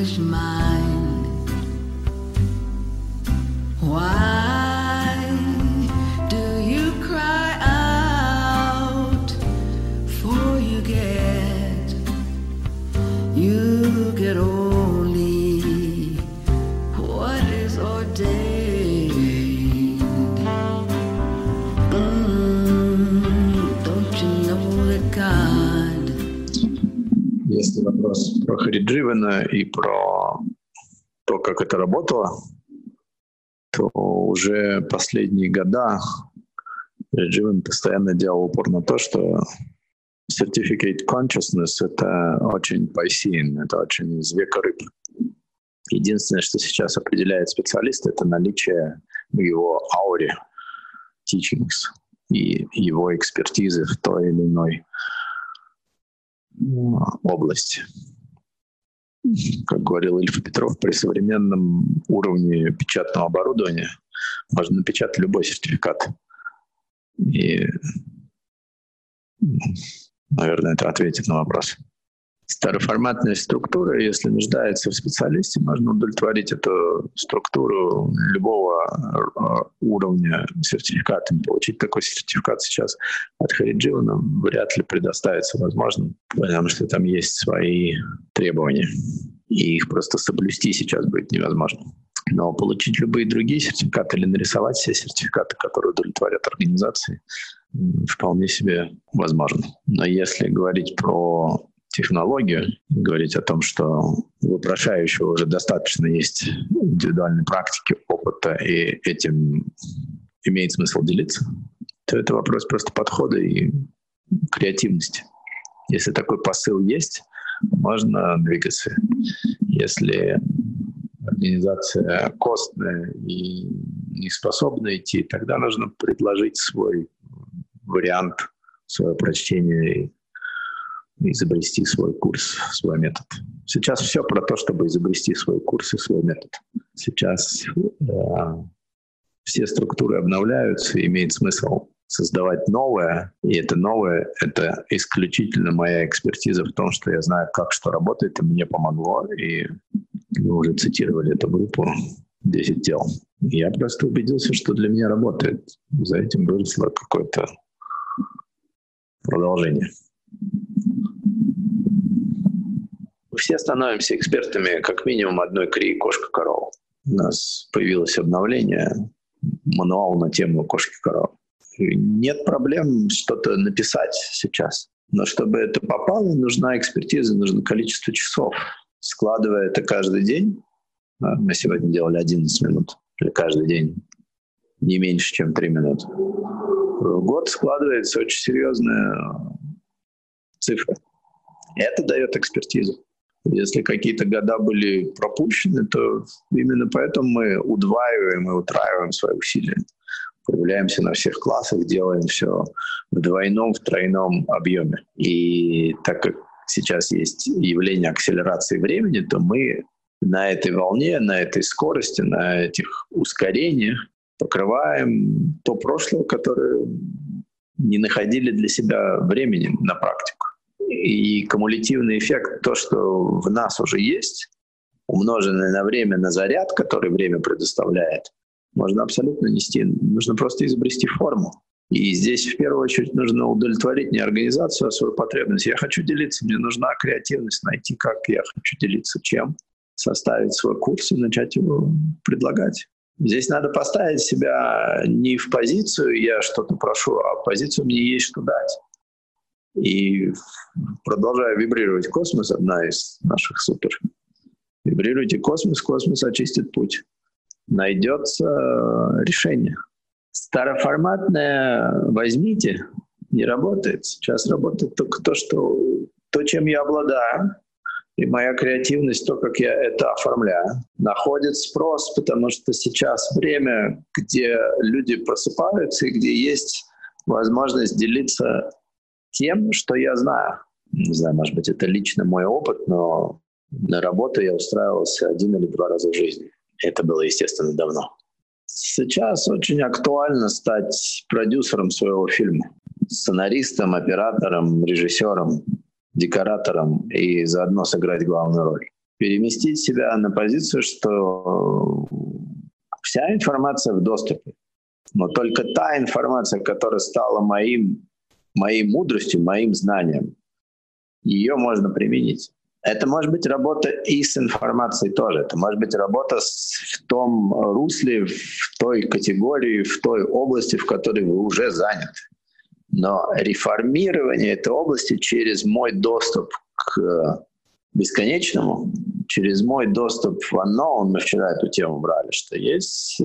selfish mind. Why do you cry out for you get only what is ordained. Don't you know that God? Если вопрос про Харри-Дживена и про то, как это работало, то уже последние года Харри-Дживен постоянно делал упор на то, что Certificate Consciousness — это очень Piscean, это очень из века рыб. Единственное, что сейчас определяет специалист, это наличие в его ауре teachings и его экспертизы в той или иной области. Как говорил Ильф Петров, при современном уровне печатного оборудования можно напечатать любой сертификат. И, наверное, это ответит на вопрос. Староформатная структура, если нуждается в специалисте, можно удовлетворить эту структуру любого уровня сертификата. Получить такой сертификат сейчас от Харри-Дживена вряд ли предоставится возможным, потому что там есть свои требования, и их просто соблюсти сейчас будет невозможно. Но получить любые другие сертификаты или нарисовать все сертификаты, которые удовлетворят организации, вполне себе возможно. Но если говорить про технологию, говорить о том, что у вопрошающего уже достаточно есть индивидуальной практики, опыта, и этим имеет смысл делиться, то это вопрос просто подхода и креативности. Если такой посыл есть, можно двигаться. Если организация костная и не способна идти, тогда нужно предложить свой вариант, свое прочтение и изобрести свой курс, свой метод. Сейчас все про то, чтобы изобрести свой курс и свой метод. Сейчас все структуры обновляются, и имеет смысл создавать новое, и это новое — это исключительно моя экспертиза в том, что я знаю, как что работает, и мне помогло, и вы уже цитировали эту группу «10 дел». Я просто убедился, что для меня работает. За этим выросло какое-то продолжение. Мы все становимся экспертами как минимум одной крии кошка-корова. У нас появилось обновление, мануал на тему кошки-коровы. Нет проблем что-то написать сейчас. Но чтобы это попало, нужна экспертиза, нужно количество часов. Складывая это каждый день, мы сегодня делали 11 минут, или каждый день не меньше, чем 3 минуты, в год складывается очень серьезная цифра. Это дает экспертизу. Если какие-то года были пропущены, то именно поэтому мы удваиваем и утраиваем свои усилия. Появляемся на всех классах, делаем все в двойном, в тройном объеме. И так как сейчас есть явление акселерации времени, то мы на этой волне, на этой скорости, на этих ускорениях покрываем то прошлое, которое не находили для себя времени на практику. И кумулятивный эффект, то, что в нас уже есть, умноженное на время, на заряд, который время предоставляет, можно абсолютно нести. Нужно просто изобрести форму. И здесь в первую очередь нужно удовлетворить не организацию, а свою потребность. Я хочу делиться, мне нужна креативность, найти, как я хочу делиться, чем, составить свой курс и начать его предлагать. Здесь надо поставить себя не в позицию «я что-то прошу», а в позицию «мне есть что дать». И продолжая вибрировать космос, одна из наших супер. Вибрируйте космос, космос очистит путь. Найдется решение. Староформатное «возьмите» не работает. Сейчас работает только то, чем я обладаю, и моя креативность, то, как я это оформляю. Находит спрос, потому что сейчас время, где люди просыпаются и где есть возможность делиться тем, что я знаю. Не знаю, может быть, это лично мой опыт, но на работу я устраивался 1 или 2 раза в жизни. Это было, естественно, давно. Сейчас очень актуально стать продюсером своего фильма. Сценаристом, оператором, режиссером, декоратором и заодно сыграть главную роль. переместить себя на позицию, что вся информация в доступе, но только та информация, которая стала моей мудростью, моим знанием, ее можно применить. Это может быть работа и с информацией тоже. Это может быть работа в том русле, в той категории, в той области, в которой вы уже заняты. Но реформирование этой области через мой доступ к бесконечному, через мой доступ в unknown, мы вчера эту тему брали, что есть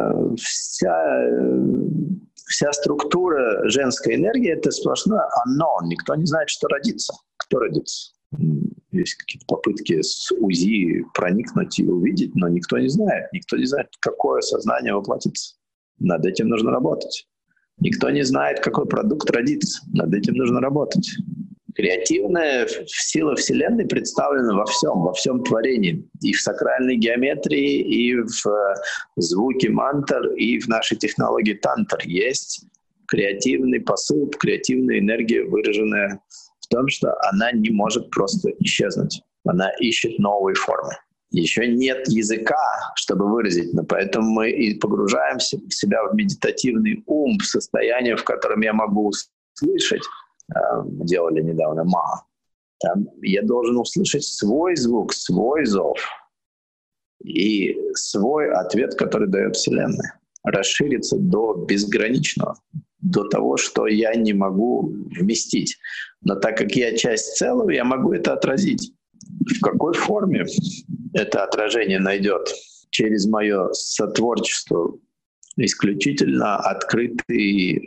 вся структура женской энергии — это сплошной unknown. Никто не знает, что родится. Кто родится? Есть какие-то попытки с УЗИ проникнуть и увидеть, но никто не знает. Никто не знает, какое сознание воплотится. Над этим нужно работать. Никто не знает, какой продукт родится. Над этим нужно работать. Креативная сила Вселенной представлена во всем творении. И в сакральной геометрии, и в звуке мантр, и в нашей технологии тантр есть креативный посыл, креативная энергия, выраженная в том, что она не может просто исчезнуть. Она ищет новые формы. Еще нет языка, чтобы выразить, но поэтому мы и погружаем себя в медитативный ум, в состояние, в котором я могу услышать. Мы делали недавно ма. Там я должен услышать свой звук, свой зов и свой ответ, который дает Вселенная. Расшириться до безграничного, до того, что я не могу вместить. Но так как я часть целого, я могу это отразить. В какой форме это отражение найдет? Через мое сотворчество исключительно открытый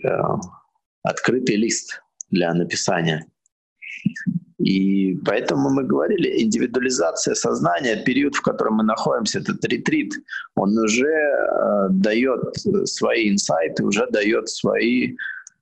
лист для написания. И поэтому мы говорили, индивидуализация сознания, период, в котором мы находимся, этот ретрит, он уже дает свои инсайты, уже дает свои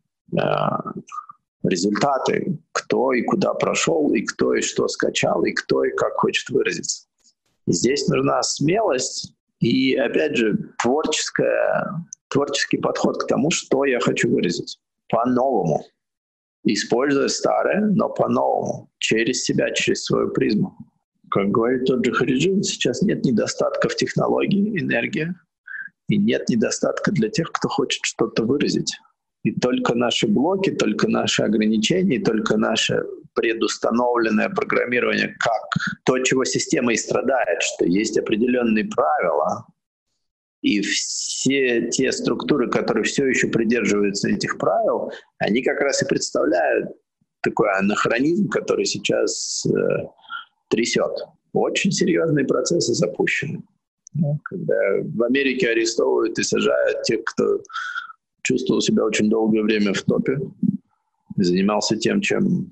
результаты, кто и куда прошел, и кто и что скачал, и кто и как хочет выразиться. И здесь нужна смелость и, опять же, творческий подход к тому, что я хочу выразить по-новому. Используя старое, но по-новому, через себя, через свою призму. Как говорит тот же Хариджин, сейчас нет недостатка в технологии, энергии, и нет недостатка для тех, кто хочет что-то выразить. И только наши блоки, только наши ограничения, только наше предустановленное программирование, как то, чего система и страдает, что есть определенные правила, и все те структуры, которые все еще придерживаются этих правил, они как раз и представляют такой анахронизм, который сейчас трясет. Очень серьезные процессы запущены. Когда в Америке арестовывают и сажают тех, кто чувствовал себя очень долгое время в топе, занимался тем, чем,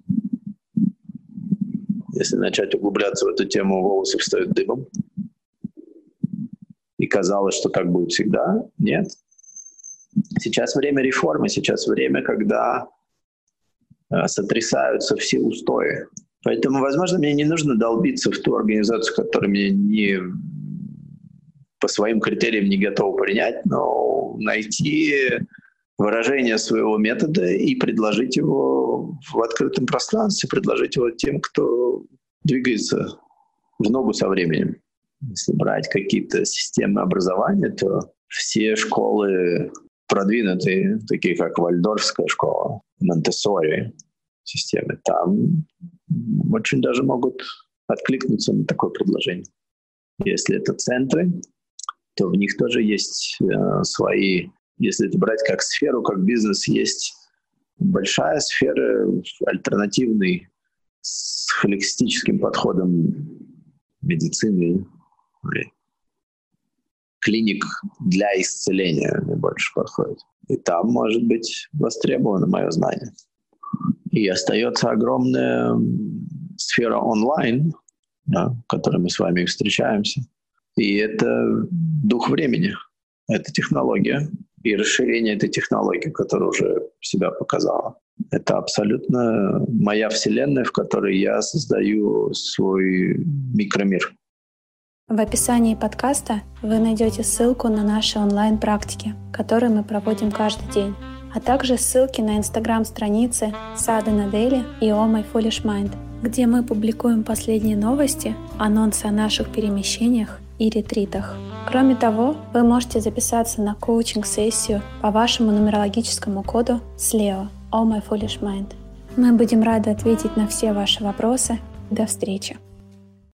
если начать углубляться в эту тему, волосы встают дыбом. И казалось, что так будет всегда. Нет. Сейчас время реформы, сейчас время, когда сотрясаются все устои. Поэтому, возможно, мне не нужно долбиться в ту организацию, которая меня не по своим критериям не готова принять, но найти выражение своего метода и предложить его в открытом пространстве, предложить его тем, кто двигается в ногу со временем. Если брать какие-то системы образования, то все школы продвинутые, такие как Вальдорфская школа, Монтессори системы, там очень даже могут откликнуться на такое предложение. Если это центры, то в них тоже есть свои, если это брать как сферу, как бизнес, есть большая сфера альтернативной с холистическим подходом медицины, клиник для исцеления мне больше подходит. И там может быть востребовано мое знание. И остается огромная сфера онлайн, да, в которой мы с вами встречаемся. И это дух времени, это технология и расширение этой технологии, которая уже себя показала. Это абсолютно моя вселенная, в которой я создаю свой микромир. В описании подкаста вы найдете ссылку на наши онлайн-практики, которые мы проводим каждый день, а также ссылки на инстаграм-страницы Sadhana Daily и Oh My Foolish Mind. где мы публикуем последние новости, анонсы о наших перемещениях и ретритах. Кроме того, вы можете записаться на коучинг-сессию по вашему нумерологическому коду SLEO – All My Foolish Mind. Мы будем рады ответить на все ваши вопросы. До встречи!